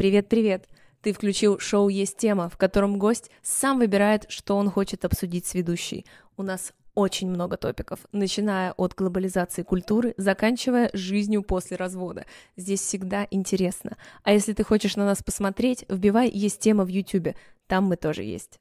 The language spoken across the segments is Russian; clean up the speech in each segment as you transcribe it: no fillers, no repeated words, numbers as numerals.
Привет-привет! Ты включил шоу «Есть тема», в котором гость сам выбирает, что он хочет обсудить с ведущей. У нас очень много топиков, начиная от глобализации культуры, заканчивая жизнью после развода. Здесь всегда интересно. А если ты хочешь на нас посмотреть, вбивай «Есть тема» в Ютубе. Там мы тоже есть.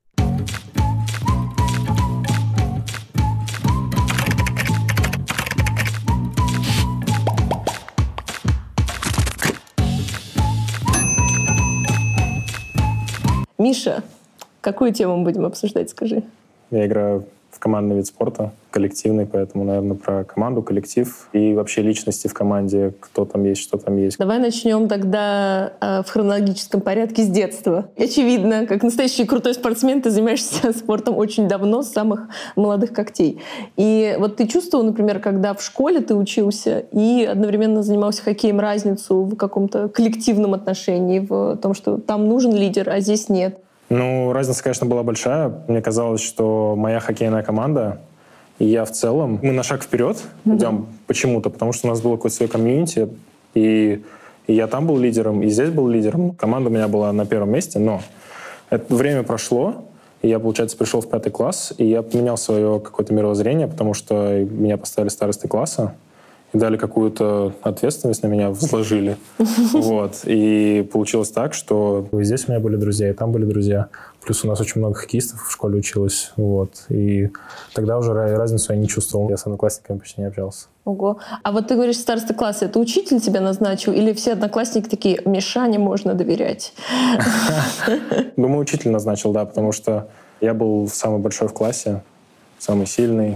Миша, какую тему мы будем обсуждать, скажи? Я играю в командный вид спорта, коллективный, поэтому, наверное, про команду, коллектив и вообще личности в команде, кто там есть, что там есть. Давай начнем тогда в хронологическом порядке с детства. Очевидно, как настоящий крутой спортсмен, ты занимаешься спортом очень давно, с самых молодых когтей. И вот ты чувствовал, например, когда в школе ты учился и одновременно занимался хоккеем, разницу в каком-то коллективном отношении, в том, что там нужен лидер, а здесь нет? Ну, разница, конечно, была большая. Мне казалось, что моя хоккейная команда и я в целом, мы на шаг вперед идем почему-то, потому что у нас было какое-то свое комьюнити, и я там был лидером, и здесь был лидером. Команда у меня была на первом месте, но это время прошло, и я, получается, пришел в 5 класс, и я поменял свое какое-то мировоззрение, потому что меня поставили старостой класса, и дали какую-то ответственность на меня, возложили. Вот. И получилось так, что и здесь у меня были друзья, и там были друзья. Плюс у нас очень много хоккеистов в школе училось. Вот. И тогда уже разницу я не чувствовал. Я с одноклассниками почти не общался. Ого. А вот ты говоришь, старший класс, это учитель тебя назначил? Или все одноклассники такие, Мишане можно доверять? Думаю, учитель назначил, да, потому что я был самый большой в классе. Самый сильный.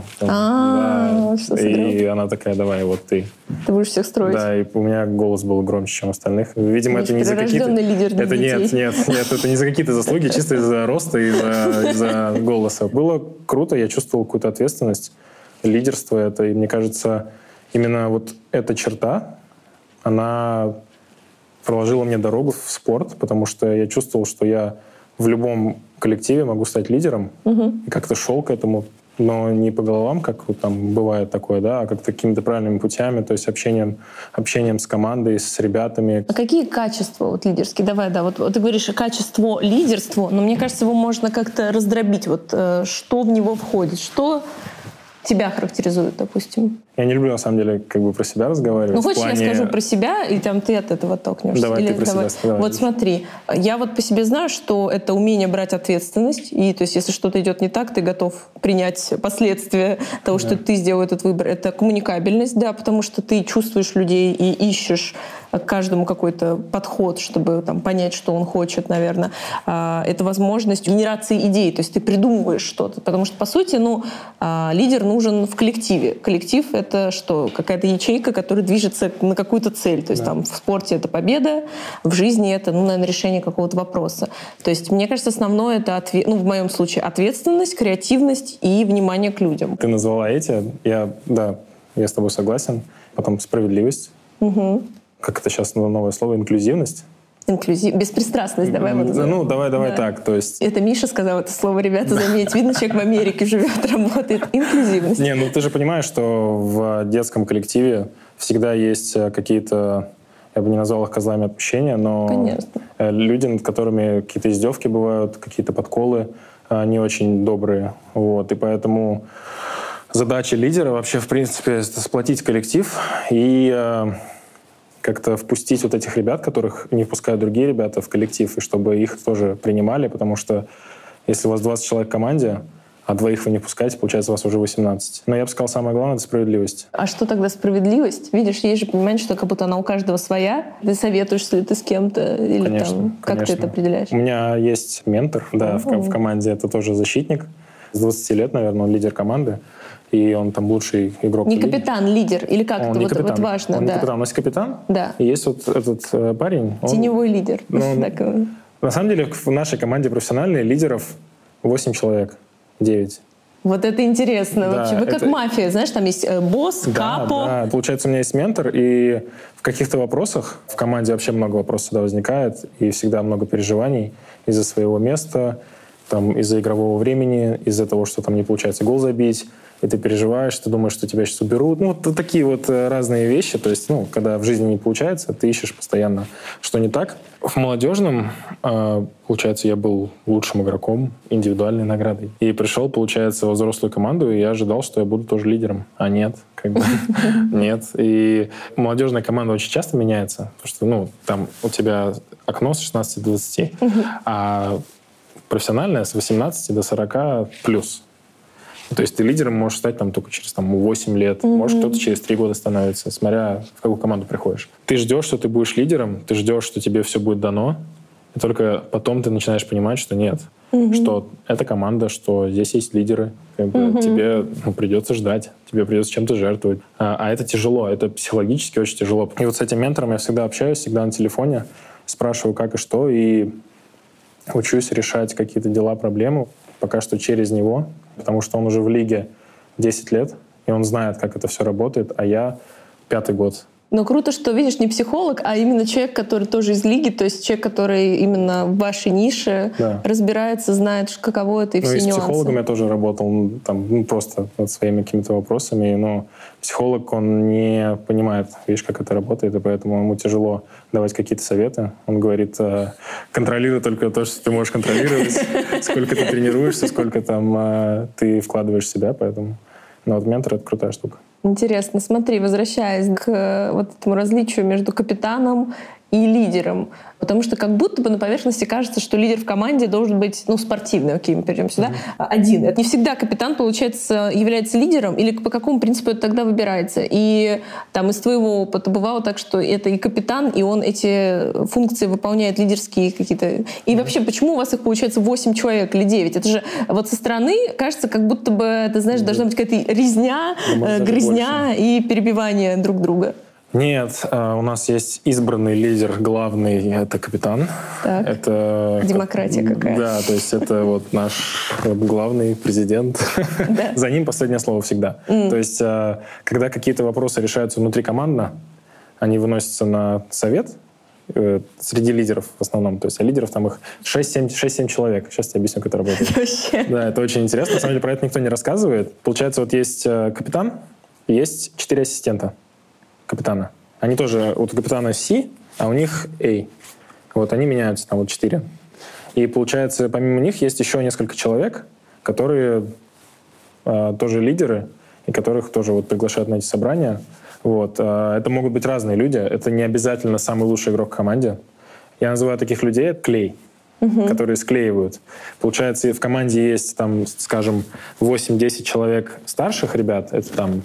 Да. И она такая, давай, вот ты. Ты будешь всех строить. Да, и у меня голос был громче, чем у остальных. Видимо, это не за какие-то... лидер для детей. Нет, это не за какие-то заслуги, чисто из-за роста и из-за голоса. Было круто, я чувствовал какую-то ответственность, лидерство это. И мне кажется, именно вот эта черта, она проложила мне дорогу в спорт, потому что я чувствовал, что я в любом коллективе могу стать лидером. И как-то шел к этому. Но не по головам, как вот там бывает такое, да, а как-то какими-то правильными путями, то есть общением с командой, с ребятами. А какие качества вот лидерские? Давай, да, вот ты говоришь качество лидерства, но мне кажется, его можно как-то раздробить. Вот что в него входит, что тебя характеризует, допустим? Я не люблю, на самом деле, как бы про себя разговаривать. Ну, хочешь, я скажу про себя, и там ты от этого толкнешься? Давай, ты про себя сказала. Вот смотри, я вот по себе знаю, что это умение брать ответственность, и то есть если что-то идет не так, ты готов принять последствия того, что ты сделал этот выбор. Это коммуникабельность, да, потому что ты чувствуешь людей и ищешь к каждому какой-то подход, чтобы там понять, что он хочет, наверное. Это возможность генерации идей, то есть ты придумываешь что-то, потому что, по сути, лидер нужен в коллективе. Коллектив — это что? Какая-то ячейка, которая движется на какую-то цель. То есть там в спорте это победа, в жизни это, наверное, решение какого-то вопроса. То есть, мне кажется, основное это, в моем случае, ответственность, креативность и внимание к людям. Ты назвала эти, я с тобой согласен. Потом справедливость. Как это сейчас новое слово? Инклюзивность. Беспристрастность, давай его назовем. Давай так. То есть... Это Миша сказал это слово, ребята, заметьте. Видно, человек в Америке живет, работает. Инклюзивность. Ты же понимаешь, что в детском коллективе всегда есть какие-то, я бы не назвал их козлами отпущения, но Конечно. Люди, над которыми какие-то издевки бывают, какие-то подколы, они очень добрые. Вот. И поэтому задача лидера вообще, в принципе, это сплотить коллектив и как-то впустить вот этих ребят, которых не впускают другие ребята, в коллектив, и чтобы их тоже принимали, потому что если у вас 20 человек в команде, а двоих вы не пускаете, получается, у вас уже 18. Но я бы сказал, самое главное — это справедливость. А что тогда справедливость? Видишь, есть же понимание, что как будто она у каждого своя. Ты советуешься ли ты с кем-то? Или конечно. Как ты это определяешь? У меня есть ментор, в команде, это тоже защитник. С 20 лет, наверное, он лидер команды. И он там лучший игрок. Не капитан, лидер? Или как он это? Не капитан. Вот важно. Он не капитан, у нас капитан. Да. И есть вот этот парень. Теневой лидер. На самом деле в нашей команде профессиональной лидеров 8 человек, 9. Вот это интересно. Да, вообще. Вы как мафия, знаешь, там есть босс, капо. Да. Получается, у меня есть ментор, и в каких-то вопросах в команде вообще много вопросов всегда возникает, и всегда много переживаний из-за своего места, там из-за игрового времени, из-за того, что там не получается гол забить, и ты переживаешь, ты думаешь, что тебя сейчас уберут. Ну, вот такие вот разные вещи. То есть, ну, когда в жизни не получается, ты ищешь постоянно, что не так. В молодежном, получается, я был лучшим игроком, индивидуальной наградой. И пришел, получается, во взрослую команду, и я ожидал, что я буду тоже лидером. А нет, как бы нет. И молодежная команда очень часто меняется, потому что, ну, там у тебя окно с 16 до 20, а профессиональная с 18 до 40 плюс. То есть ты лидером можешь стать там только через 8 лет, может кто-то через 3 года становится, смотря в какую команду приходишь. Ты ждешь, что ты будешь лидером, ты ждешь, что тебе все будет дано, и только потом ты начинаешь понимать, что нет, что это команда, что здесь есть лидеры, как бы тебе придется ждать, тебе придется чем-то жертвовать. А это тяжело, это психологически очень тяжело. И вот с этим ментором я всегда общаюсь, всегда на телефоне, спрашиваю, как и что, и учусь решать какие-то дела, проблемы, пока что через него, потому что он уже в лиге 10 лет, и он знает, как это все работает, а я 5-й год. Но круто, что, видишь, не психолог, а именно человек, который тоже из лиги, то есть человек, который именно в вашей нише разбирается, знает, каково это и все нюансы. С психологом я тоже работал там, просто над своими какими-то вопросами, но психолог, он не понимает, видишь, как это работает, и поэтому ему тяжело давать какие-то советы. Он говорит, контролируй только то, что ты можешь контролировать, сколько ты тренируешься, сколько там ты вкладываешь в себя, поэтому... Но вот ментор — это крутая штука. Интересно. Смотри, возвращаясь к вот этому различию между капитаном и лидером. Потому что как будто бы на поверхности кажется, что лидер в команде должен быть, спортивный, окей, мы перейдем сюда, один. Это не всегда капитан, получается, является лидером, или по какому принципу это тогда выбирается? И там из твоего опыта бывало так, что это и капитан, и он эти функции выполняет лидерские какие-то... И вообще, почему у вас их получается 8 человек или 9? Это же вот со стороны кажется, как будто бы, ты знаешь, должна быть какая-то резня, грызня и перебивание друг друга. Нет, у нас есть избранный лидер, главный — это капитан. Так. Это демократия какая. Да, то есть это вот наш главный президент. За ним последнее слово всегда. То есть когда какие-то вопросы решаются внутрикомандно, они выносятся на совет среди лидеров в основном. То есть лидеров там их 6-7 человек. Сейчас я объясню, как это работает. Да, это очень интересно. На самом деле про это никто не рассказывает. Получается, вот есть капитан, есть 4 ассистента капитана. Они тоже, вот у капитана C, а у них A. Вот они меняются, там вот 4. И получается, помимо них есть еще несколько человек, которые тоже лидеры, и которых тоже вот приглашают на эти собрания. Вот. Это могут быть разные люди. Это не обязательно самый лучший игрок в команде. Я называю таких людей клей, которые склеивают. Получается, в команде есть, там, скажем, 8-10 человек старших ребят, это там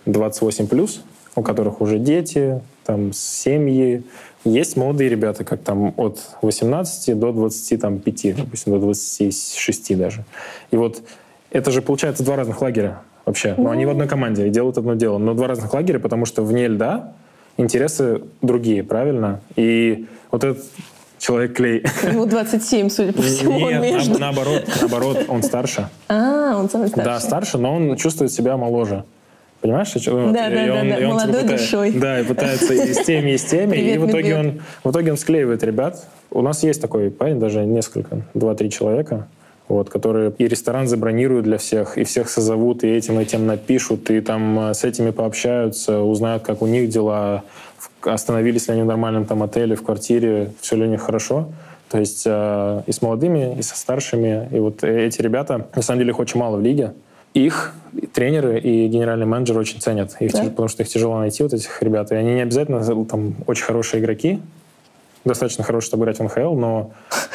28+, у которых уже дети, там, семьи. Есть молодые ребята, как там от 18 до 25, допустим, до 26 даже. И вот это же, получается, 2 разных лагеря вообще. Но они в одной команде и делают одно дело. Но 2 разных лагеря, потому что вне льда интересы другие, правильно? И вот этот человек-клей... Ему 27, судя по всему, он между. Наоборот, он старше. Он самый старший. Да, старше, но он чувствует себя моложе. Понимаешь? Да, молодой душой. Да, и пытается и с теми, и с теми. И в итоге он склеивает ребят. У нас есть такой парень, даже несколько, 2-3 человека, вот, которые и ресторан забронируют для всех, и всех созовут, и этим напишут, и там с этими пообщаются, узнают, как у них дела, остановились ли они в нормальном там отеле, в квартире, все ли у них хорошо. То есть и с молодыми, и со старшими. И вот эти ребята, на самом деле их очень мало в лиге. Их тренеры и генеральный менеджер очень ценят, потому что их тяжело найти, вот этих ребят. И они не обязательно там очень хорошие игроки, достаточно хорошие, чтобы играть в НХЛ, но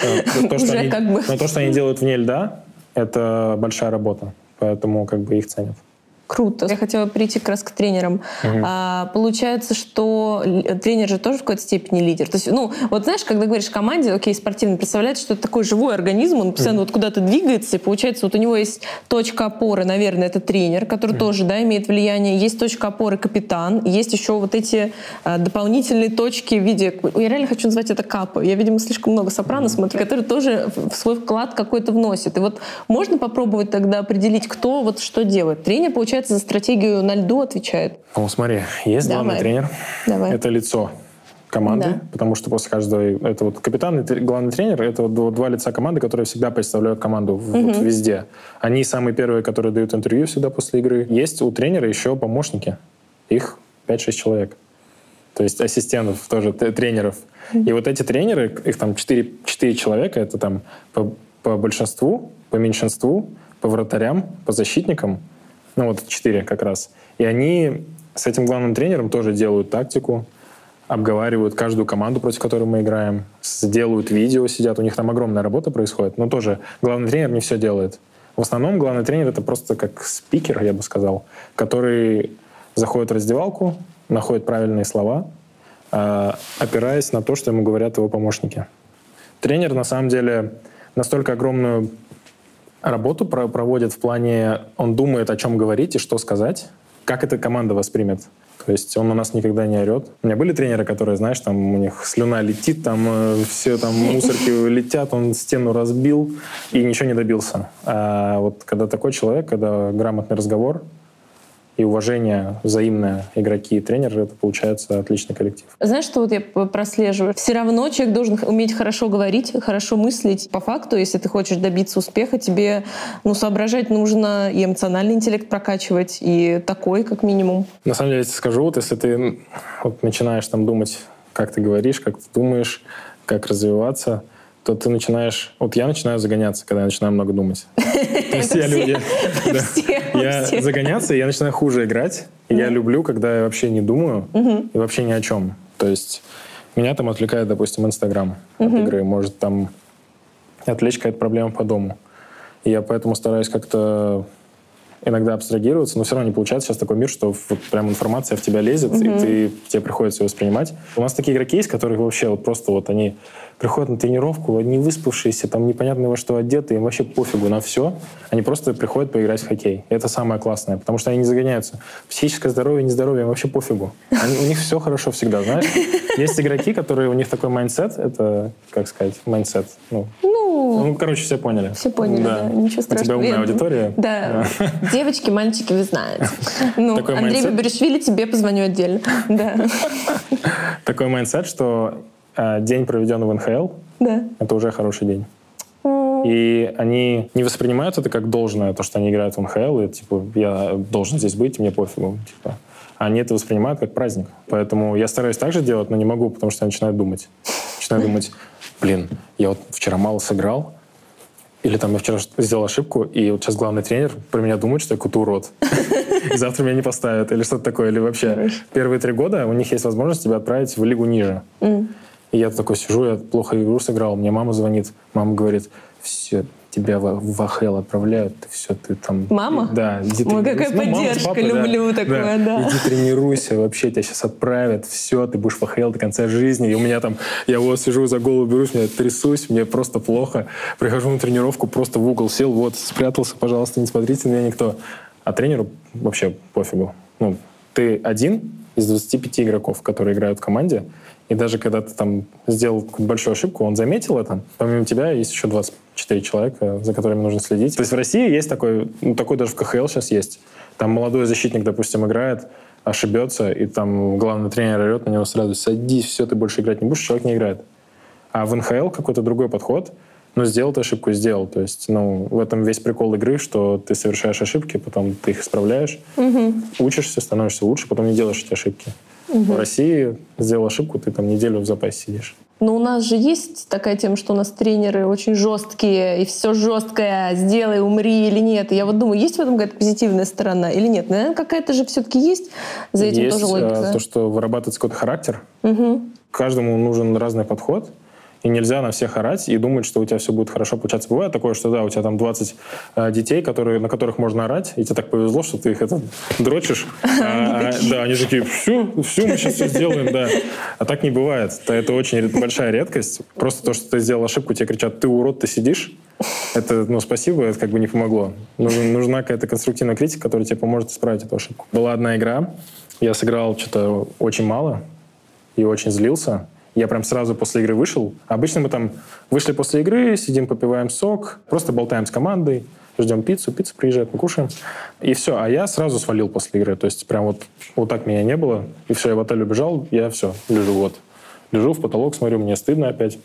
то, что они делают вне льда, это большая работа, поэтому как бы их ценят. Круто. Я хотела перейти как раз к тренерам. Получается, что тренер же тоже в какой-то степени лидер. То есть, вот знаешь, когда говоришь команде, окей, спортивный, представляется, что это такой живой организм, он постоянно вот куда-то двигается, и получается, вот у него есть точка опоры, наверное, это тренер, который тоже, имеет влияние, есть точка опоры капитан, есть еще вот эти дополнительные точки в виде... Я реально хочу назвать это капы. Я, видимо, слишком много «Сопрано» смотрю, которые тоже в свой вклад какой-то вносят. И вот можно попробовать тогда определить, кто вот что делает. Тренер, получается, за стратегию на льду отвечает. Смотри, есть главный тренер. Давай. Это лицо команды, потому что после каждого... Это вот капитан и главный тренер, это вот два лица команды, которые всегда представляют команду вот везде. Они самые первые, которые дают интервью всегда после игры. Есть у тренера еще помощники. Их 5-6 человек. То есть ассистентов тоже, тренеров. И вот эти тренеры, их там 4 человека, это там по большинству, по меньшинству, по вратарям, по защитникам. Ну вот 4 как раз. И они с этим главным тренером тоже делают тактику, обговаривают каждую команду, против которой мы играем, делают видео, сидят. У них там огромная работа происходит. Но тоже главный тренер не все делает. В основном главный тренер — это просто как спикер, я бы сказал, который заходит в раздевалку, находит правильные слова, опираясь на то, что ему говорят его помощники. Тренер, на самом деле, настолько огромную работу проводит в плане, он думает, о чем говорить и что сказать, как эта команда воспримет. То есть он на нас никогда не орет. У меня были тренеры, которые, знаешь, там у них слюна летит, там все там мусорки летят, он стену разбил и ничего не добился. А вот когда такой человек, когда грамотный разговор и уважение взаимное игроки и тренеры, это получается отличный коллектив. Знаешь, что вот я прослеживаю? Все равно человек должен уметь хорошо говорить, хорошо мыслить. По факту, если ты хочешь добиться успеха, тебе соображать нужно и эмоциональный интеллект прокачивать, и такой, как минимум. На самом деле, я тебе скажу, вот если ты вот начинаешь там думать, как ты говоришь, как ты думаешь, как развиваться, то ты начинаешь... Вот я начинаю загоняться, когда я начинаю много думать. То есть я загоняться, и я начинаю хуже играть. И я люблю, когда я вообще не думаю и вообще ни о чем. То есть меня там отвлекает, допустим, Инстаграм от игры. Может там отвлечь какая-то проблема по дому. И я поэтому стараюсь как-то иногда абстрагироваться, но все равно не получается сейчас такой мир, что вот прям информация в тебя лезет, и тебе приходится ее воспринимать. У нас такие игроки есть, которые вообще вот просто вот они приходят на тренировку, они выспавшиеся, там непонятно во что одеты, им вообще пофигу на все. Они просто приходят поиграть в хоккей. И это самое классное, потому что они не загоняются. Психическое здоровье, нездоровье, им вообще пофигу. У них все хорошо всегда, знаешь. Есть игроки, которые, у них такой майндсет, это, как сказать, майндсет, короче, все поняли. Все поняли, да. Ничего страшного. У тебя умная аудитория. Да. Девочки, мальчики, вы знаете. Андрей Бабаришвили, тебе позвоню отдельно. Такой майндсет, что день, проведенный в НХЛ, это уже хороший день. И они не воспринимают это как должное, то, что они играют в НХЛ, и типа я должен здесь быть, мне пофигу. Типа. Они это воспринимают как праздник. Поэтому я стараюсь так же делать, но не могу, потому что я начинаю думать. Блин, я вот вчера мало сыграл, или там я вчера сделал ошибку, и вот сейчас главный тренер про меня думает, что я какой-то урод. И завтра меня не поставят, или что-то такое. Или вообще первые 3 года у них есть возможность тебя отправить в лигу ниже. И я такой сижу, я плохо игру сыграл, мне мама звонит, мама говорит, все, тебя в АХЛ отправляют, ты там... Мама? Да. Ой, какая поддержка, папой, люблю такое, да. Иди тренируйся, вообще тебя сейчас отправят, все, ты будешь в АХЛ до конца жизни. И у меня там, я вот сижу за голову, берусь, меня трясусь, мне просто плохо. Прихожу на тренировку, просто в угол сел, вот, спрятался, пожалуйста, не смотрите на меня никто. А тренеру вообще пофигу. Ты один из 25 игроков, которые играют в команде, и даже когда ты там сделал какую-то большую ошибку, он заметил это. Помимо тебя есть еще 24 человека, за которыми нужно следить. То есть в России есть такой даже в КХЛ сейчас есть. Там молодой защитник, допустим, играет, ошибется, и там главный тренер орет на него сразу: садись, все, ты больше играть не будешь, человек не играет. А в НХЛ какой-то другой подход. Сделал ты ошибку, сделал. То есть, в этом весь прикол игры, что ты совершаешь ошибки, потом ты их исправляешь, учишься, становишься лучше, потом не делаешь эти ошибки. В России сделал ошибку, ты там неделю в запасе сидишь. Но у нас же есть такая тема, что у нас тренеры очень жесткие, и все жесткое, сделай, умри или нет. И я вот думаю, есть в этом какая-то позитивная сторона или нет? Наверное, какая-то же все-таки есть за этим есть тоже логика. Есть то, что вырабатывается какой-то характер. Каждому нужен разный подход. И нельзя на всех орать и думать, что у тебя все будет хорошо получаться. Бывает такое, что у тебя там 20 детей, на которых можно орать, и тебе так повезло, что ты их дрочишь. Да, они такие, все, мы сейчас все сделаем, да. А так не бывает. Это очень большая редкость. Просто то, что ты сделал ошибку, тебе кричат: ты урод, ты сидишь. Это, спасибо, это как бы не помогло. Нужна какая-то конструктивная критика, которая тебе поможет исправить эту ошибку. Была одна игра, я сыграл что-то очень мало и очень злился. Я прям сразу после игры вышел. Обычно мы там вышли после игры, сидим, попиваем сок, просто болтаем с командой, ждем пиццу, пицца приезжает, мы кушаем. И все. А я сразу свалил после игры. То есть прям вот так меня не было. И все, я в отель убежал, я все, лежу вот. Лежу в потолок, смотрю, мне стыдно опять.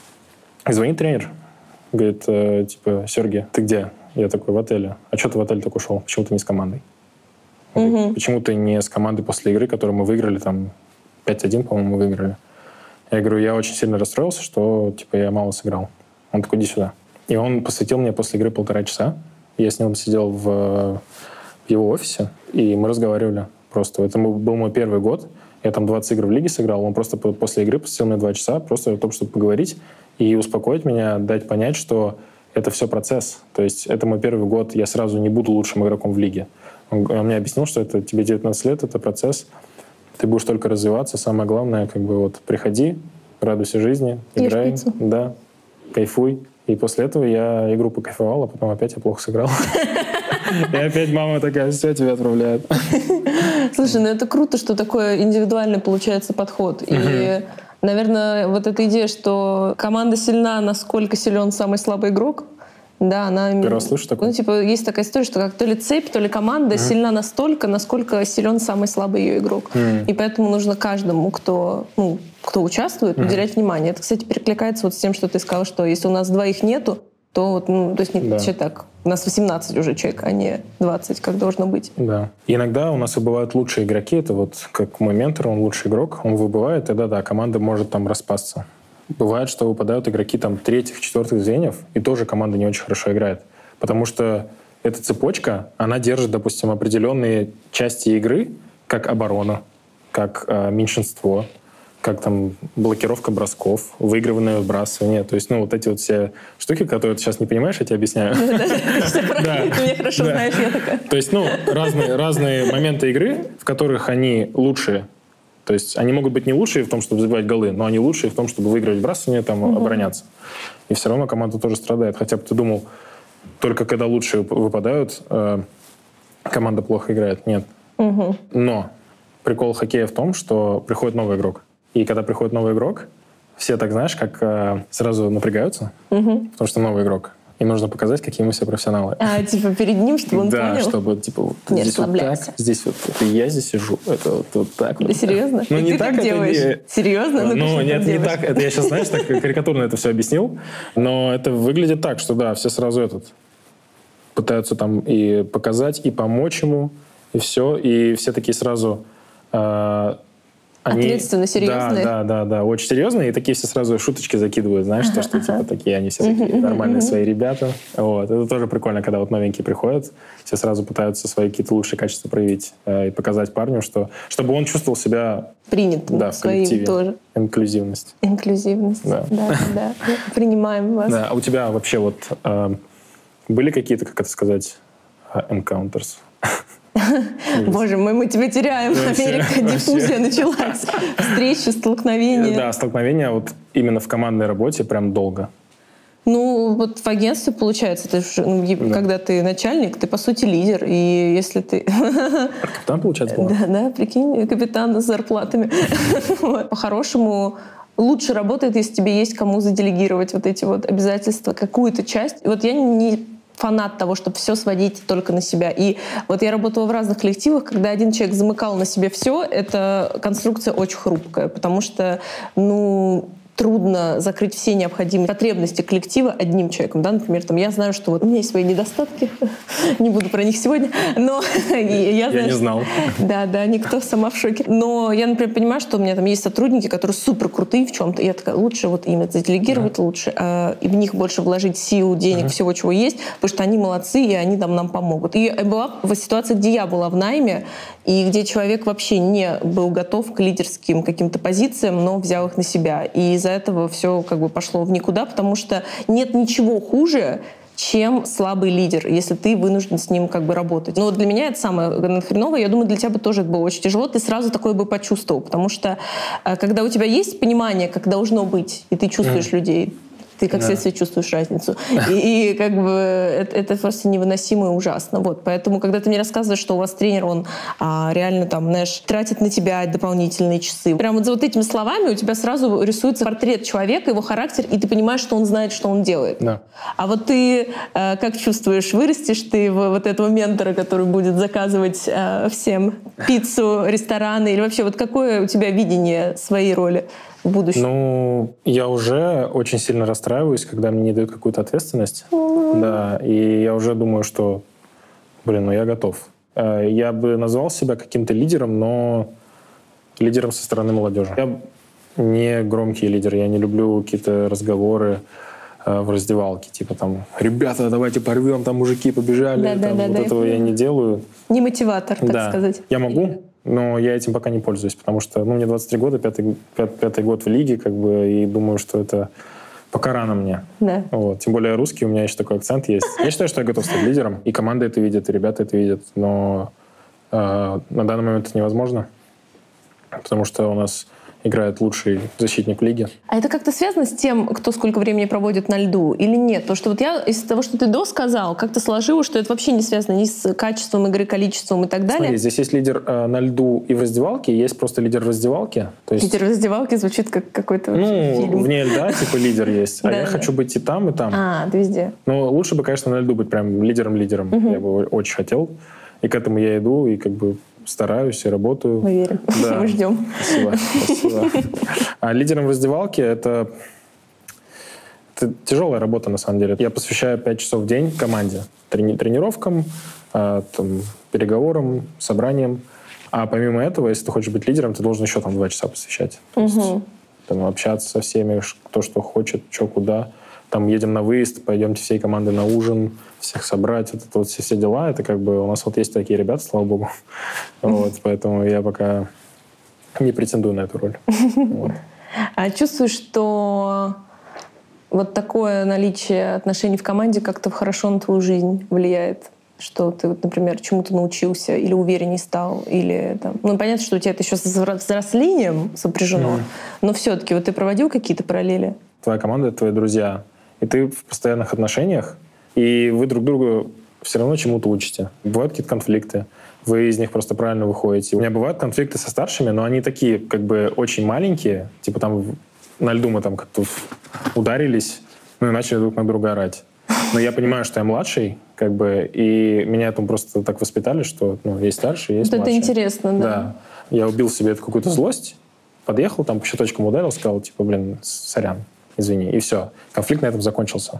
И звонит тренер. Говорит, типа, Сергей, ты где? Я такой, в отеле. А что ты в отель так ушел? Почему ты не с командой? Говорит, почему ты не с командой после игры, которую мы выиграли, там, 5-1, по-моему, мы выиграли? Я говорю, я очень сильно расстроился, что, типа, я мало сыграл. Он такой, иди сюда. И он посвятил мне после игры 1,5 часа. Я с ним сидел в его офисе, и мы разговаривали просто. Это был мой первый год. Я там 20 игр в лиге сыграл. Он просто после игры посвятил мне 2 часа просто о том, чтобы поговорить и успокоить меня, дать понять, что это все процесс. То есть это мой первый год, я сразу не буду лучшим игроком в лиге. Он мне объяснил, что это тебе 19 лет, это процесс. Ты будешь только развиваться. Самое главное, как бы вот приходи, радуйся жизни, играй, да, кайфуй. И после этого я игру покайфовал, а потом опять я плохо сыграл. И опять мама такая, все, тебя отправляют. Слушай, ну это круто, что такой индивидуальный получается подход. И, наверное, вот эта идея, что команда сильна, насколько силен самый слабый игрок, да, она... Первый раз слышу такое. Ну, типа, есть такая история, что как то ли цепь, то ли команда сильна настолько, насколько силен самый слабый ее игрок. И поэтому нужно каждому, кто участвует, уделять внимание. Это, кстати, перекликается вот с тем, что ты сказал, что если у нас двоих нету, то вот, то есть не так. У нас 18 уже человек, а не 20, как должно быть. Да. И иногда у нас выбывают лучшие игроки. Это вот как мой ментор, он лучший игрок, он выбывает, тогда да, команда может там распасться. Бывает, что выпадают игроки там 3-х, 4-х звеньев, и тоже команда не очень хорошо играет. Потому что эта цепочка, она держит, допустим, определенные части игры, как оборона, как меньшинство, как там блокировка бросков, выигрывание выбрасывание. То есть, вот эти вот все штуки, которые ты сейчас не понимаешь, я тебе объясняю. Ты меня хорошо знаешь, я такая. То есть, разные моменты игры, в которых они лучшие. То есть они могут быть не лучшие в том, чтобы забивать голы, но они лучшие в том, чтобы выигрывать выбрасывание, там, обороняться. И все равно команда тоже страдает. Хотя бы ты думал, только когда лучшие выпадают, команда плохо играет. Нет. Но прикол хоккея в том, что приходит новый игрок. И когда приходит новый игрок, все так, знаешь, как сразу напрягаются, потому что новый игрок. И нужно показать, какие мы все профессионалы. Типа перед ним, чтобы он понял? Да, чтобы, типа, вот не здесь вот так, здесь вот я здесь сижу, это вот так. Да, серьезно? Ну, не ты так делаешь? Серьезно? Ну, нет, не так. Это я сейчас, знаешь, так карикатурно это все объяснил, но это выглядит так, что да, все сразу пытаются там и показать, и помочь ему, и все такие сразу... Ответственно, серьезные? Да, очень серьезные, и такие все сразу шуточки закидывают, знаешь, что типа такие, они все такие нормальные свои ребята. Вот. Это тоже прикольно, когда вот новенькие приходят, все сразу пытаются свои какие-то лучшие качества проявить и показать парню, чтобы он чувствовал себя принятым в коллективе. Тоже. Инклюзивность. Да. Принимаем вас. Да. А у тебя вообще вот были какие-то, как это сказать, encounters? Боже мой, мы тебя теряем. Америка, диффузия началась. Встречи, столкновения. Да, столкновения вот именно в командной работе прям долго. Ну, вот в агентстве получается, когда ты начальник, ты, по сути, лидер. И если ты... Капитан, получается, была? Да, прикинь, капитан с зарплатами. По-хорошему, лучше работает, если тебе есть кому заделегировать вот эти вот обязательства, какую-то часть. Вот я не фанат того, чтобы все сводить только на себя. И вот я работала в разных коллективах, когда один человек замыкал на себе все, эта конструкция очень хрупкая, потому что, трудно закрыть все необходимые потребности коллектива одним человеком. Да? Например, я знаю, что вот у меня есть свои недостатки, не буду про них сегодня, но я не знал. Да, никто, сама в шоке. Но я, например, понимаю, что у меня там есть сотрудники, которые супер крутые в чем-то, и я такая, лучше вот им это заделегировать, лучше, и в них больше вложить сил, денег, всего, чего есть, потому что они молодцы, и они там нам помогут. И была в ситуации, где я была в найме, и где человек вообще не был готов к лидерским каким-то позициям, но взял их на себя. И из-за этого все пошло в никуда, потому что нет ничего хуже, чем слабый лидер, если ты вынужден с ним работать. Но для меня это самое хреновое. Я думаю, для тебя бы тоже это было очень тяжело. Ты сразу такое бы почувствовал, потому что когда у тебя есть понимание, как должно быть, и ты чувствуешь людей, ты как следствие чувствуешь разницу. И это просто невыносимо и ужасно. Вот. Поэтому, когда ты мне рассказываешь, что у вас тренер, он реально тратит на тебя дополнительные часы. Прям вот за вот этими словами у тебя сразу рисуется портрет человека, его характер, и ты понимаешь, что он знает, что он делает. Да. А вот ты как чувствуешь, вырастешь ты в вот этого ментора, который будет заказывать всем пиццу, рестораны, или вообще вот какое у тебя видение своей роли будущем? Ну, я уже очень сильно расстраиваюсь, когда мне не дают какую-то ответственность. Да, и я уже думаю, что, ну я готов. Я бы назвал себя каким-то лидером, но лидером со стороны молодежи. Я не громкий лидер, я не люблю какие-то разговоры в раздевалке, типа там, ребята, давайте порвем, там мужики побежали. Этого я не делаю. Не мотиватор, так сказать. Я могу, но я этим пока не пользуюсь, потому что мне 23 года, пятый год в лиге, и думаю, что это пока рано мне. Да. Тем более русский, у меня еще такой акцент есть. Я считаю, что я готов стать лидером, и команда это видит, и ребята это видят, но на данный момент это невозможно, потому что у нас играет лучший защитник лиги. А это как-то связано с тем, кто сколько времени проводит на льду или нет? Потому что я из того, что ты сказал, как-то сложилось, что это вообще не связано ни с качеством игры, количеством и так далее. Смотри, здесь есть лидер на льду и в раздевалке, есть просто лидер в раздевалке. Лидер в раздевалке звучит как какой-то фильм. Вне льда типа лидер есть, а я хочу быть и там, и там. Ты везде. Но лучше бы, конечно, на льду быть прям лидером. Я бы очень хотел. И к этому я иду, и стараюсь и работаю. Мы верим. Да. Мы ждем. Спасибо. А лидером в раздевалке это тяжелая работа, на самом деле. Я посвящаю 5 часов в день команде. Тренировкам, переговорам, собраниям. А помимо этого, если ты хочешь быть лидером, ты должен еще 2 часа посвящать. То есть, общаться со всеми, кто что хочет, что куда. Едем на выезд, пойдемте всей командой на ужин, всех собрать, все дела. Это у нас есть такие ребята, слава богу. Поэтому я пока не претендую на эту роль. А чувствуешь, что такое наличие отношений в команде как-то хорошо на твою жизнь влияет? Что ты, например, чему-то научился или уверенней стал, или понятно, что у тебя это еще с взрослением сопряжено, но все-таки ты проводил какие-то параллели? Твоя команда — это твои друзья. И ты в постоянных отношениях, и вы друг другу все равно чему-то учите. Бывают какие-то конфликты, вы из них просто правильно выходите. У меня бывают конфликты со старшими, но они такие очень маленькие, на льду мы как-то ударились, и начали друг на друга орать. Но я понимаю, что я младший, и меня этому просто так воспитали, что есть старший, есть младший. Это интересно, да. Да. Я убил себе эту какую-то злость, подъехал, по щиточкам ударил, сказал, сорян, извини, и все. Конфликт на этом закончился.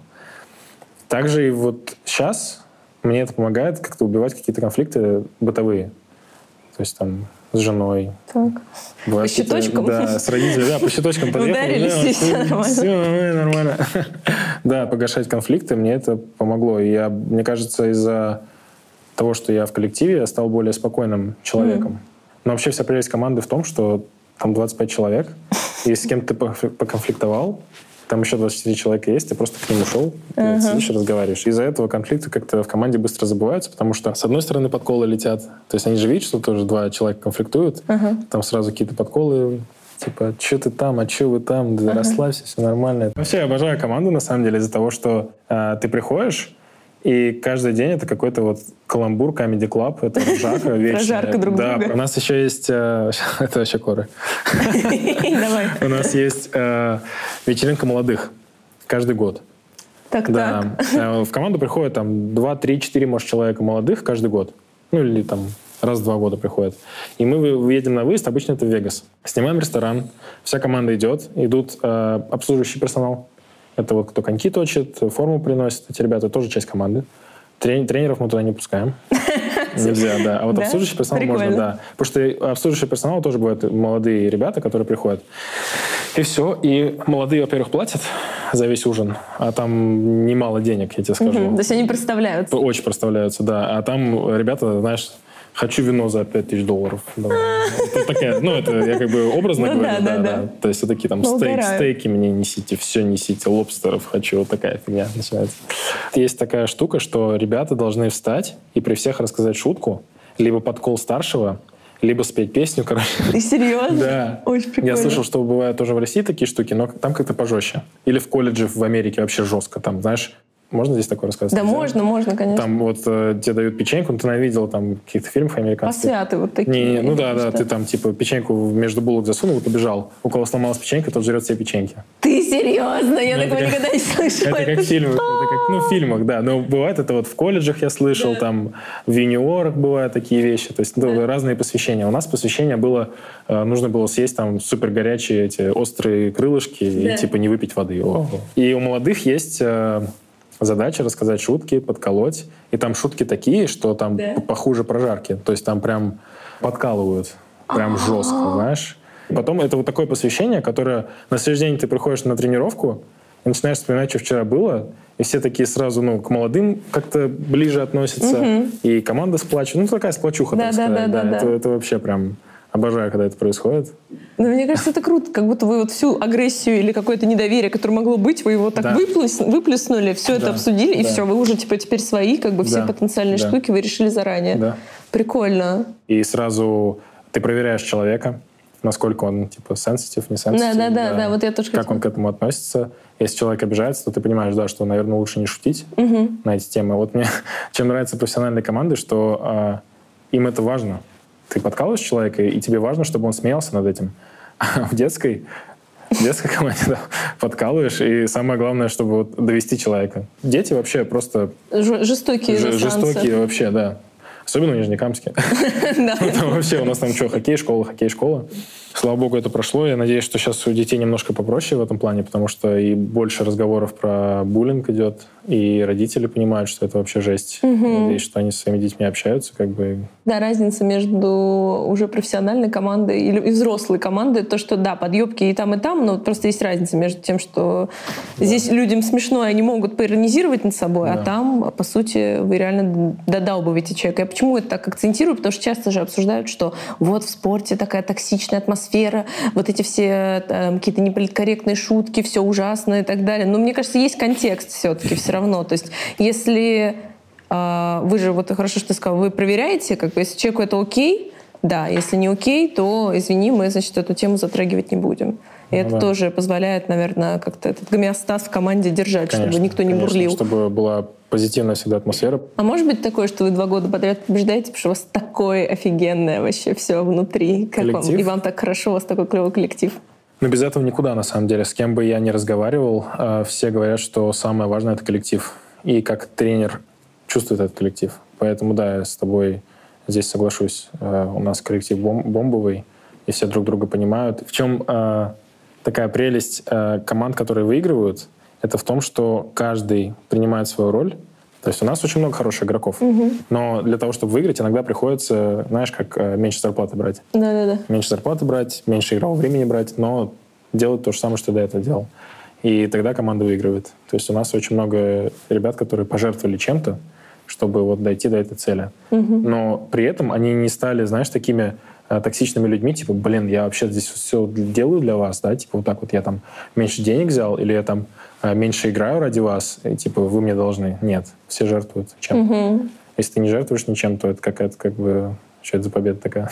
Также и сейчас мне это помогает как-то убивать какие-то конфликты бытовые. То есть с женой. Так. По щиточкам? Да, с родителями. По щиточкам подъехал. Ударились, и все нормально. Все нормально. Да, погашать конфликты, мне это помогло. И мне кажется, из-за того, что я в коллективе, я стал более спокойным человеком. Но вообще вся прелесть команды в том, что 25 человек, и с кем ты поконфликтовал, там еще 24 человека есть, ты просто к ним ушел, ты сидишь и разговариваешь. Из-за этого конфликты как-то в команде быстро забываются, потому что с одной стороны подколы летят, то есть они же видят, что тоже 2 человека конфликтуют, там сразу какие-то подколы, что ты там, а что вы там, да расслабься, все нормально. Вообще я обожаю команду, на самом деле, из-за того, что ты приходишь, и каждый день это какой-то каламбур, Comedy Club, это ржака вечная. Прожарка друг друга. Да, у нас еще есть... Это вообще коры. Давай. У нас есть вечеринка молодых каждый год. Так. В команду приходят 2, 3, 4, может, человека молодых каждый год. Или раз в 2 года приходят. И мы едем на выезд, обычно это в Вегас. Снимаем ресторан, вся команда идут обслуживающий персонал. Это кто коньки точит, форму приносит. Эти ребята тоже часть команды. Тренеров мы туда не пускаем. Нельзя, да. А обслуживающий персонал можно, да. Потому что обслуживающий персонал тоже бывают молодые ребята, которые приходят. И все. И молодые, во-первых, платят за весь ужин, а там немало денег, я тебе скажу. То есть они проставляются? Очень проставляются, да. А там ребята, знаешь... Хочу вино за $5000. Это такая, это я образно говорю, да. То есть такие стейки мне несите, все несите, лобстеров хочу, такая фигня начинается. Есть такая штука, что ребята должны встать и при всех рассказать шутку, либо подкол старшего, либо спеть песню, Ты серьезно? Да. Очень прикольно. Я слышал, что бывают тоже в России такие штуки, но там как-то пожестче. Или в колледже в Америке вообще жестко. Там, знаешь, Можно здесь такое рассказать? Да, можно, конечно. Там вот тебе дают печеньку, ну, ты видел там каких-то фильмов американских. Посвяты вот такие. Ну да, ты там типа печеньку между булок засунул и побежал. У кого сломалась печенька, тот жрет все печеньки. Ты серьезно? Я такого никогда не слышала. Это как в фильмах. В фильмах, да. Но бывает это вот в колледжах я слышал, там в юниорах бывают такие вещи. То есть разные посвящения. У нас посвящение было, нужно было съесть там супер горячие эти острые крылышки и типа не выпить воды. И у молодых есть задача рассказать шутки, подколоть. И там шутки такие, что там похуже прожарки. То есть там прям подкалывают. Прям жестко, знаешь. Потом это вот такое посвящение, которое на следующий день ты приходишь на тренировку и начинаешь вспоминать, что вчера было, и все такие сразу, к молодым как-то ближе относятся, и команда сплачивает. Ну, такая сплочуха, так сказать. Это вообще прям... Обожаю, когда это происходит. Но мне кажется, это круто, как будто вы вот всю агрессию или какое-то недоверие, которое могло быть, вы его так выплеснули, все это обсудили, и все, вы уже теперь свои, как бы все потенциальные штуки вы решили заранее. Да. Прикольно. И сразу ты проверяешь человека, насколько он типа сенситив, не сенситив. Да, вот я тоже как он к этому относится. Если человек обижается, то ты понимаешь, что, наверное, лучше не шутить на эти темы. Вот мне чем нравятся профессиональные команды, что им это важно. Ты подкалываешь человека, и тебе важно, чтобы он смеялся над этим. А в детской команде подкалываешь, и самое главное, чтобы вот довести человека. Дети вообще просто... Жестокие Жестокие вообще, да. Особенно в Нижнекамске. Там вообще у нас там что, хоккей-школа. Слава богу, это прошло. Я надеюсь, что сейчас у детей немножко попроще в этом плане, потому что и больше разговоров про буллинг идет, и родители понимают, что это вообще жесть. И что они со своими детьми общаются, как бы. Да, разница между уже профессиональной командой и взрослой командой, то, что, да, подъебки и там, но просто есть разница между тем, что здесь людям смешно, и они могут поиронизировать над собой, а там, по сути, вы реально додалбываете человека. Я почему это так акцентирую? Потому что часто же обсуждают, что вот в спорте такая токсичная атмосфера, вот эти все какие-то неполиткорректные шутки, все ужасно и так далее. Но мне кажется, есть контекст все-таки все равно. То есть если вы же, вот хорошо, что ты сказал, вы проверяете, как бы, если человеку это окей, да, если не окей, то, извини, мы, значит, эту тему затрагивать не будем. И это тоже позволяет, наверное, как-то этот гомеостаз в команде держать, чтобы никто не бурлил. Чтобы была позитивная всегда атмосфера. А может быть такое, что вы 2 года подряд побеждаете, потому что у вас такое офигенное вообще все внутри, как вам, и вам так хорошо, у вас такой клевый коллектив? Но без этого никуда, на самом деле. С кем бы я ни разговаривал, все говорят, что самое важное — это коллектив. И как тренер чувствует этот коллектив. Поэтому, да, я с тобой здесь соглашусь. У нас коллектив бомбовый, и все друг друга понимают. В чем такая прелесть команд, которые выигрывают, это в том, что каждый принимает свою роль. То есть у нас очень много хороших игроков. Но для того, чтобы выиграть, иногда приходится, знаешь, как меньше зарплаты брать. Да. Меньше зарплаты брать, меньше игрового времени брать, но делать то же самое, что до этого делал. И тогда команда выигрывает. То есть у нас очень много ребят, которые пожертвовали чем-то, чтобы вот дойти до этой цели. Но при этом они не стали, знаешь, такими токсичными людьми, типа, я вообще здесь все делаю для вас, да, типа, вот так вот я там меньше денег взял, или я там меньше играю ради вас, и, типа, вы мне должны. Нет, все жертвуют чем-то. Если ты не жертвуешь ничем, то это какая-то, как бы, что это за победа такая?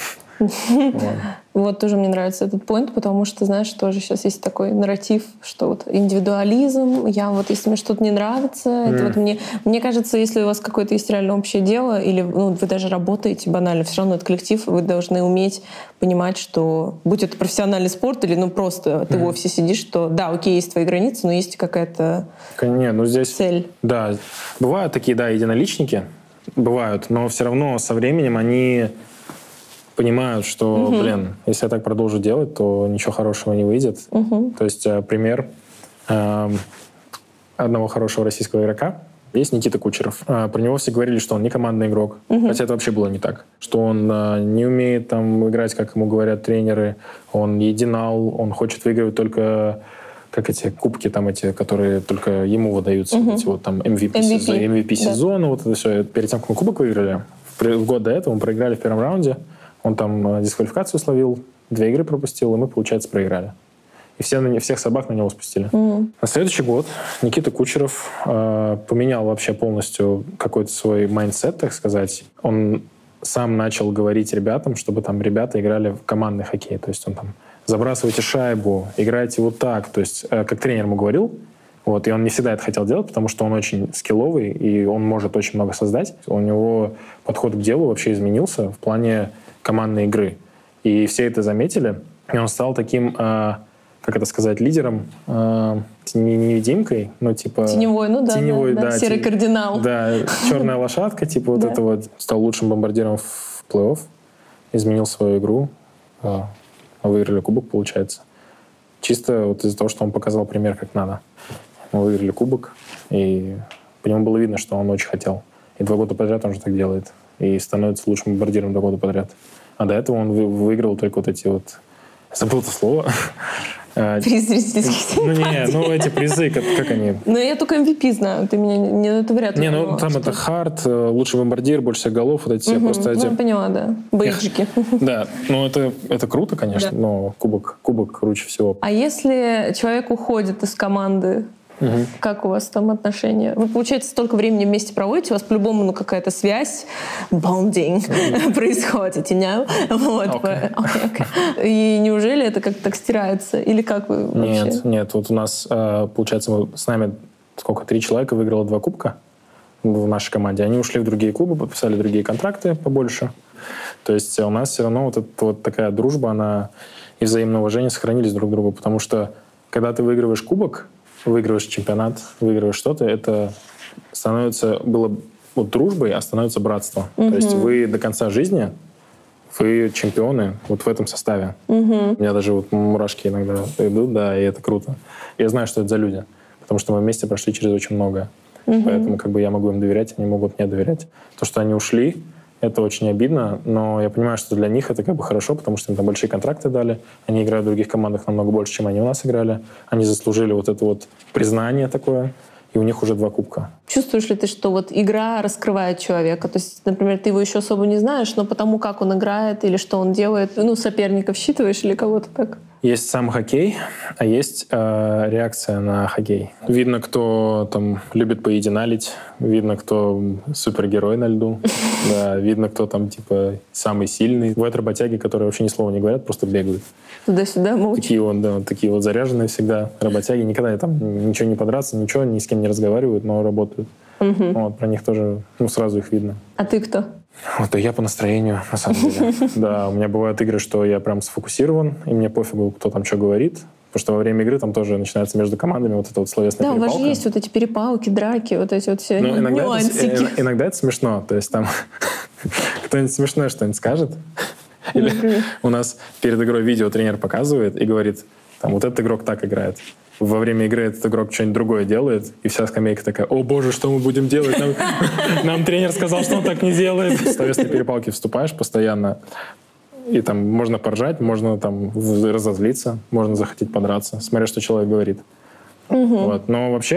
Вот тоже мне нравится этот поинт, потому что, знаешь, тоже сейчас есть такой нарратив, что вот индивидуализм, если мне что-то не нравится, это вот мне кажется, если у вас какое-то есть реально общее дело, или вы даже работаете банально, все равно это коллектив, вы должны уметь понимать, что будь это профессиональный спорт или просто ты в офисе сидишь, что да, окей, есть твои границы, но есть какая-то цель. Да, бывают такие, единоличники, бывают, но все равно со временем они понимают, что, если я так продолжу делать, то ничего хорошего не выйдет. То есть пример одного хорошего российского игрока есть Никита Кучеров. Про него все говорили, что он не командный игрок, хотя это вообще было не так. Что он не умеет там играть, как ему говорят тренеры, он единал, он хочет выигрывать только как эти кубки, там эти, которые только ему выдаются, эти вот там MVP сезона, вот это все. Перед тем, как мы кубок выиграли, в год до этого мы проиграли в первом раунде, он там дисквалификацию словил, 2 игры пропустил, и мы, получается, проиграли. И всех собак на него спустили. На следующий год Никита Кучеров поменял вообще полностью какой-то свой майндсет, так сказать. Он сам начал говорить ребятам, чтобы там ребята играли в командный хоккей. То есть он там: забрасывайте шайбу, играйте вот так. То есть, как тренер ему говорил, Вот, и он не всегда это хотел делать, потому что он очень скилловый, и он может очень много создать. У него подход к делу вообще изменился в плане командной игры. И все это заметили, и он стал таким, как это сказать, лидером, не невидимкой, но типа... Теневой, ну да, теневой, да, серый кардинал. Да, черная лошадка, типа вот это вот. Стал лучшим бомбардиром в плей-офф, изменил свою игру, выиграли кубок, получается. Чисто вот из-за того, что он показал пример, как надо. Мы выиграли кубок, и по нему было видно, что он очень хотел. И 2 года подряд он уже так делает. И становится лучшим бомбардиром 2 года подряд. А до этого он выиграл только вот эти вот... Забыл это слово. Приз зрительских Ну, не, эти призы, как они? Ну, я только MVP знаю. Ты меня не это вряд ли. Не, ну там это хард, лучший бомбардир, больше всех голов, вот эти все просто эти... Ну, поняла, да. Бейджики. Да, ну это круто, конечно, но кубок круче всего. А если человек уходит из команды, как у вас там отношения? Вы, получается, столько времени вместе проводите, у вас по-любому какая-то связь, bonding происходит, you know? Вот. Okay. И неужели это как-то так стирается? Или как вы вообще? Нет, вот у нас, получается, с нами 3 человека выиграло 2 кубка в нашей команде. Они ушли в другие клубы, подписали другие контракты побольше. То есть у нас все равно вот такая дружба, она и взаимное уважение сохранились друг к другу, потому что когда ты выигрываешь кубок, выигрываешь чемпионат, выигрываешь что-то, это было дружбой, а становится братством. То есть вы до конца жизни, вы чемпионы вот в этом составе. У меня даже мурашки иногда идут, да, и это круто. Я знаю, что это за люди, потому что мы вместе прошли через очень многое. Поэтому я могу им доверять, они могут мне доверять. То, что они ушли, это очень обидно, но я понимаю, что для них это хорошо, потому что им там большие контракты дали. Они играют в других командах намного больше, чем они у нас играли. Они заслужили вот это вот признание такое, и у них уже 2 кубка. Чувствуешь ли ты, что игра раскрывает человека? То есть, например, ты его еще особо не знаешь, но потому как он играет или что он делает, соперников считываешь или кого-то так? Есть сам хоккей, а есть реакция на хоккей. Видно, кто там любит поединалить, видно, кто супергерой на льду, да, видно, кто там самый сильный. Бывают работяги, которые вообще ни слова не говорят, просто бегают. Туда-сюда, молча. Такие заряженные всегда работяги. Никогда там ничего не подраться, ничего, ни с кем не разговаривают, но работают. Вот, про них тоже сразу их видно. А ты кто? Вот, я по настроению, на самом деле. Да, у меня бывают игры, что я прям сфокусирован, и мне пофигу, кто там что говорит. Потому что во время игры там тоже начинается между командами вот эта вот словесная перепалка. Да, у вас же есть вот эти перепалки, драки, вот эти вот все нюансики. Иногда это смешно. То есть там кто-нибудь смешное что-нибудь скажет. Или у нас перед игрой видео тренер показывает и говорит, там, вот этот игрок так играет. Во время игры этот игрок что-нибудь другое делает, и вся скамейка такая: о боже, что мы будем делать? Нам тренер сказал, что он так не делает. В словесные перепалки вступаешь постоянно, и там можно поржать, можно там разозлиться, можно захотеть подраться, смотря что человек говорит. Вот. Но вообще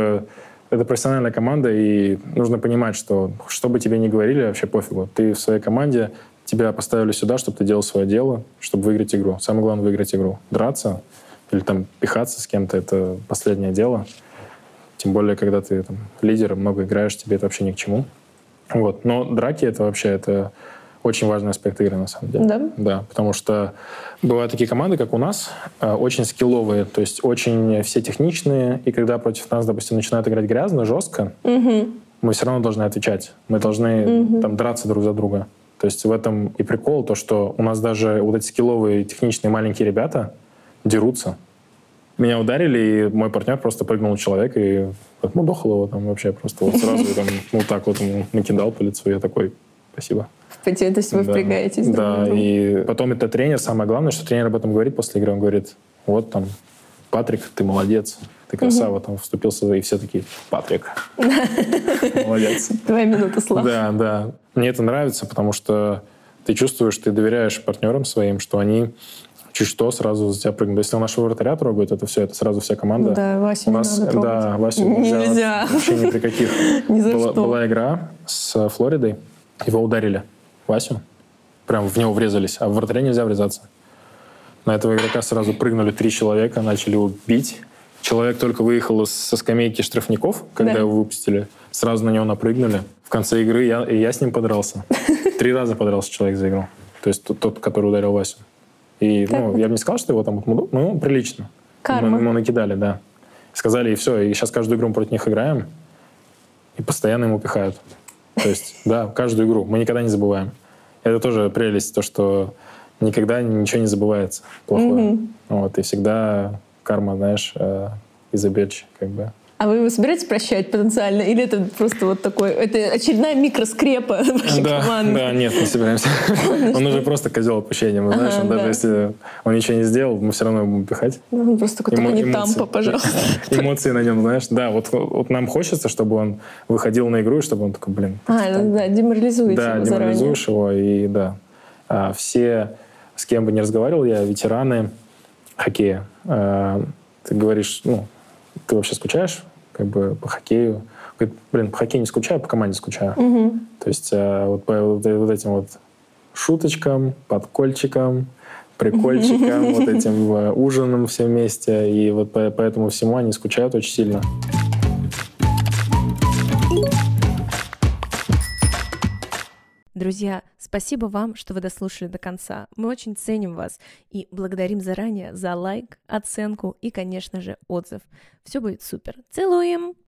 это профессиональная команда, и нужно понимать, что бы тебе ни говорили, вообще пофигу. Ты в своей команде, тебя поставили сюда, чтобы ты делал свое дело, чтобы выиграть игру. Самое главное — выиграть игру. Драться или там пихаться с кем-то — это последнее дело. Тем более, когда ты там лидер, много играешь, тебе это вообще ни к чему. Вот. Но драки — это очень важный аспект игры, на самом деле. Да? Да, потому что бывают такие команды, как у нас, очень скилловые, то есть очень все техничные, и когда против нас, допустим, начинают играть грязно, жестко, мы все равно должны отвечать. Мы должны там драться друг за друга. То есть в этом и прикол, то, что у нас даже вот эти скилловые, техничные маленькие ребята дерутся. Меня ударили, и мой партнер просто прыгнул на человека и отмудохал его там вообще просто вот сразу там, вот так вот ему накидал по лицу. Я такой: спасибо. То есть вы впрягаетесь. Да, и потом это тренер. Самое главное, что тренер об этом говорит после игры. Он говорит: вот там, Патрик, ты молодец, ты красава, там вступился, и все такие: Патрик, молодец. Твоя минута славы. Да. Мне это нравится, потому что ты чувствуешь, ты доверяешь партнерам своим, что они чуть что сразу за тебя прыгнут. Если у нашего вратаря трогают, это все, это сразу вся команда. Да, Васю не надо трогать. Да, Васю нельзя. Вообще ни при каких. Ни за что. Была игра с Флоридой, его ударили, Васю, прям в него врезались, а в вратаря нельзя врезаться. На этого игрока сразу прыгнули 3 человека, начали его бить. Человек только выехал со скамейки штрафников, когда его выпустили, сразу на него напрыгнули. В конце игры я с ним подрался. 3 раза подрался человек за игру. То есть тот, который ударил Васю. И я бы не сказал, что его там прилично. Карма. Ему накидали, да. Сказали, и все, и сейчас каждую игру мы против них играем, и постоянно ему пихают. То есть, да, каждую игру. Мы никогда не забываем. Это тоже прелесть, то, что никогда ничего не забывается плохое. Вот, и всегда карма, знаешь, is a bitch, как бы. А вы его собираетесь прощать потенциально? Или это просто вот такой... Это очередная микроскрепа вашей команды? Да, нет, не собираемся. Он уже просто козел отпущения. Знаешь, даже если он ничего не сделал, мы все равно будем пихать. Он просто только не Тампа, пожалуйста. Эмоции на нем, знаешь. Да, вот нам хочется, чтобы он выходил на игру, и чтобы он такой, блин. Да, деморализуете его заранее. Да, деморализуешь его, и да. Все, с кем бы ни разговаривал я, ветераны хоккея. Ты говоришь, ты вообще скучаешь как бы по хоккею? Говорит, блин, по хоккею не скучаю, по команде скучаю. То есть вот по вот этим вот шуточкам, подкольчикам, прикольчикам, вот этим ужинам все вместе. И вот по этому всему они скучают очень сильно. Друзья, спасибо вам, что вы дослушали до конца. Мы очень ценим вас и благодарим заранее за лайк, оценку и, конечно же, отзыв. Все будет супер. Целуем!